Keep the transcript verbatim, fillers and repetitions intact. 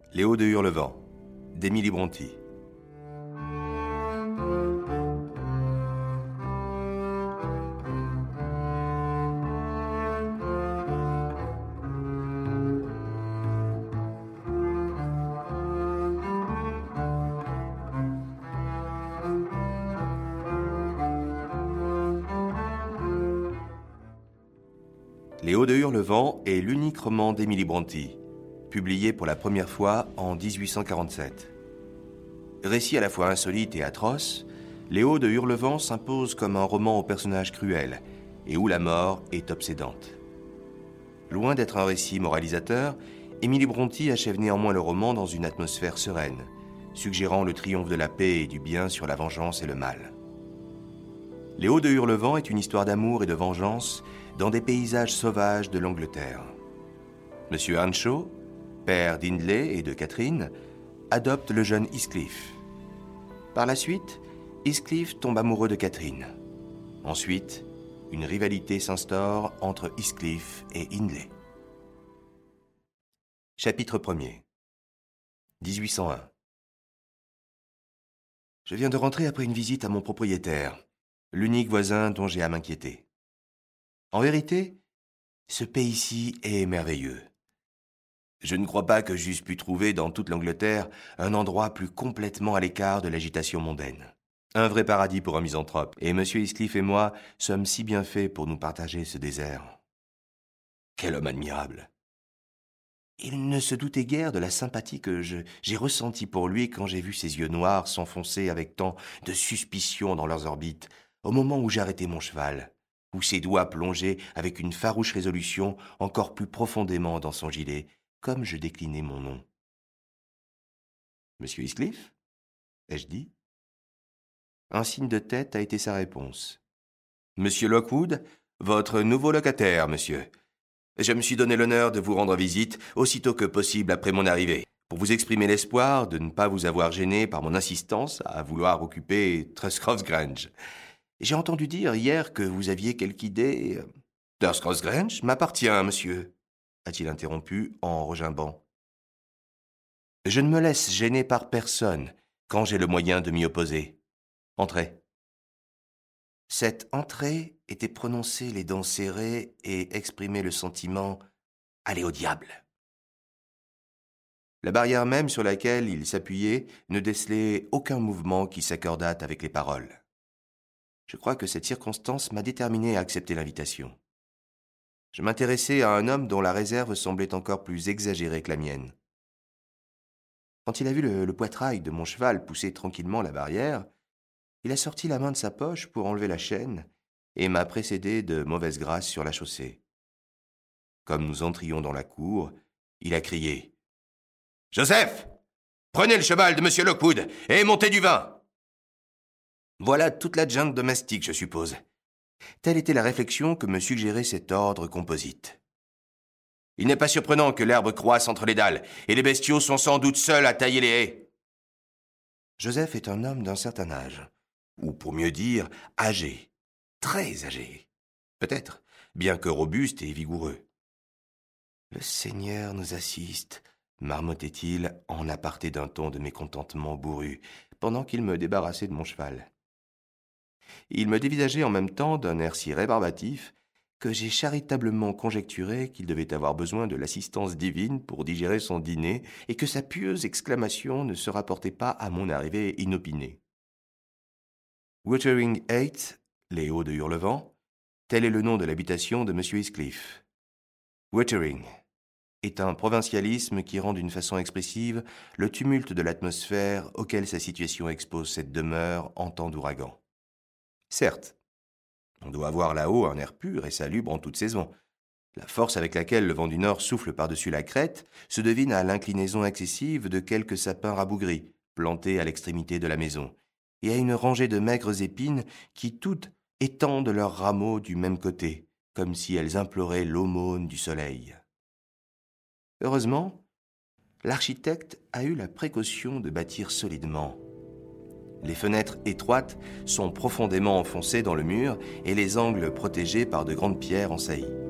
Les Hauts de Hurlevent, d'Émilie Brontë. Les Hauts de Hurlevent est l'unique roman d'Émilie Brontë, publié pour la première fois en dix-huit cent quarante-sept. Récit à la fois insolite et atroce, Les Hauts de Hurlevent s'impose comme un roman aux personnages cruels et où la mort est obsédante. Loin d'être un récit moralisateur, Émilie Brontë achève néanmoins le roman dans une atmosphère sereine, suggérant le triomphe de la paix et du bien sur la vengeance et le mal. Les Hauts de Hurlevent est une histoire d'amour et de vengeance dans des paysages sauvages de l'Angleterre. Monsieur Earnshaw, père d'Hindley et de Catherine, adopte le jeune Heathcliff. Par la suite, Heathcliff tombe amoureux de Catherine. Ensuite, une rivalité s'instaure entre Heathcliff et Hindley. Chapitre premier. dix-huit cent un. Je viens de rentrer après une visite à mon propriétaire, l'unique voisin dont j'ai à m'inquiéter. En vérité, ce pays-ci est merveilleux. Je ne crois pas que j'eusse pu trouver dans toute l'Angleterre un endroit plus complètement à l'écart de l'agitation mondaine. Un vrai paradis pour un misanthrope, et M. Heathcliff et moi sommes si bien faits pour nous partager ce désert. Quel homme admirable! Il ne se doutait guère de la sympathie que je, j'ai ressentie pour lui quand j'ai vu ses yeux noirs s'enfoncer avec tant de suspicion dans leurs orbites, au moment où j'arrêtais mon cheval, où ses doigts plongeaient avec une farouche résolution encore plus profondément dans son gilet, comme je déclinais mon nom. « Monsieur Heathcliff » ai-je dit. Un signe de tête a été sa réponse. « Monsieur Lockwood, votre nouveau locataire, monsieur. Je me suis donné l'honneur de vous rendre visite aussitôt que possible après mon arrivée, pour vous exprimer l'espoir de ne pas vous avoir gêné par mon insistance à vouloir occuper Thrushcross Grange. J'ai entendu dire hier que vous aviez quelque idée... »« Thrushcross Grange m'appartient, monsieur, » a-t-il interrompu en regimbant. « Je ne me laisse gêner par personne quand j'ai le moyen de m'y opposer. Entrez. » Cette entrée était prononcer les dents serrées et exprimer le sentiment « Allez au diable !» La barrière même sur laquelle il s'appuyait ne décelait aucun mouvement qui s'accordât avec les paroles. Je crois que cette circonstance m'a déterminé à accepter l'invitation. Je m'intéressais à un homme dont la réserve semblait encore plus exagérée que la mienne. Quand il a vu le, le poitrail de mon cheval pousser tranquillement la barrière, il a sorti la main de sa poche pour enlever la chaîne et m'a précédé de mauvaise grâce sur la chaussée. Comme nous entrions dans la cour, il a crié « Joseph, prenez le cheval de Monsieur Lockwood et montez du vin !» Voilà toute la junte domestique, je suppose. Telle était la réflexion que me suggérait cet ordre composite. Il n'est pas surprenant que l'herbe croisse entre les dalles, et les bestiaux sont sans doute seuls à tailler les haies. Joseph est un homme d'un certain âge, ou pour mieux dire, âgé, très âgé, peut-être, bien que robuste et vigoureux. Le Seigneur nous assiste, marmottait-il en aparté d'un ton de mécontentement bourru, pendant qu'il me débarrassait de mon cheval. Il me dévisageait en même temps d'un air si rébarbatif que j'ai charitablement conjecturé qu'il devait avoir besoin de l'assistance divine pour digérer son dîner et que sa pieuse exclamation ne se rapportait pas à mon arrivée inopinée. Wuthering Heights, les Hauts de Hurlevent, tel est le nom de l'habitation de M. Heathcliff. Wuthering est un provincialisme qui rend d'une façon expressive le tumulte de l'atmosphère auquel sa situation expose cette demeure en temps d'ouragan. Certes, on doit avoir là-haut un air pur et salubre en toute saison. La force avec laquelle le vent du nord souffle par-dessus la crête se devine à l'inclinaison excessive de quelques sapins rabougris, plantés à l'extrémité de la maison, et à une rangée de maigres épines qui toutes étendent leurs rameaux du même côté, comme si elles imploraient l'aumône du soleil. Heureusement, l'architecte a eu la précaution de bâtir solidement. Les fenêtres étroites sont profondément enfoncées dans le mur et les angles protégés par de grandes pierres en saillie.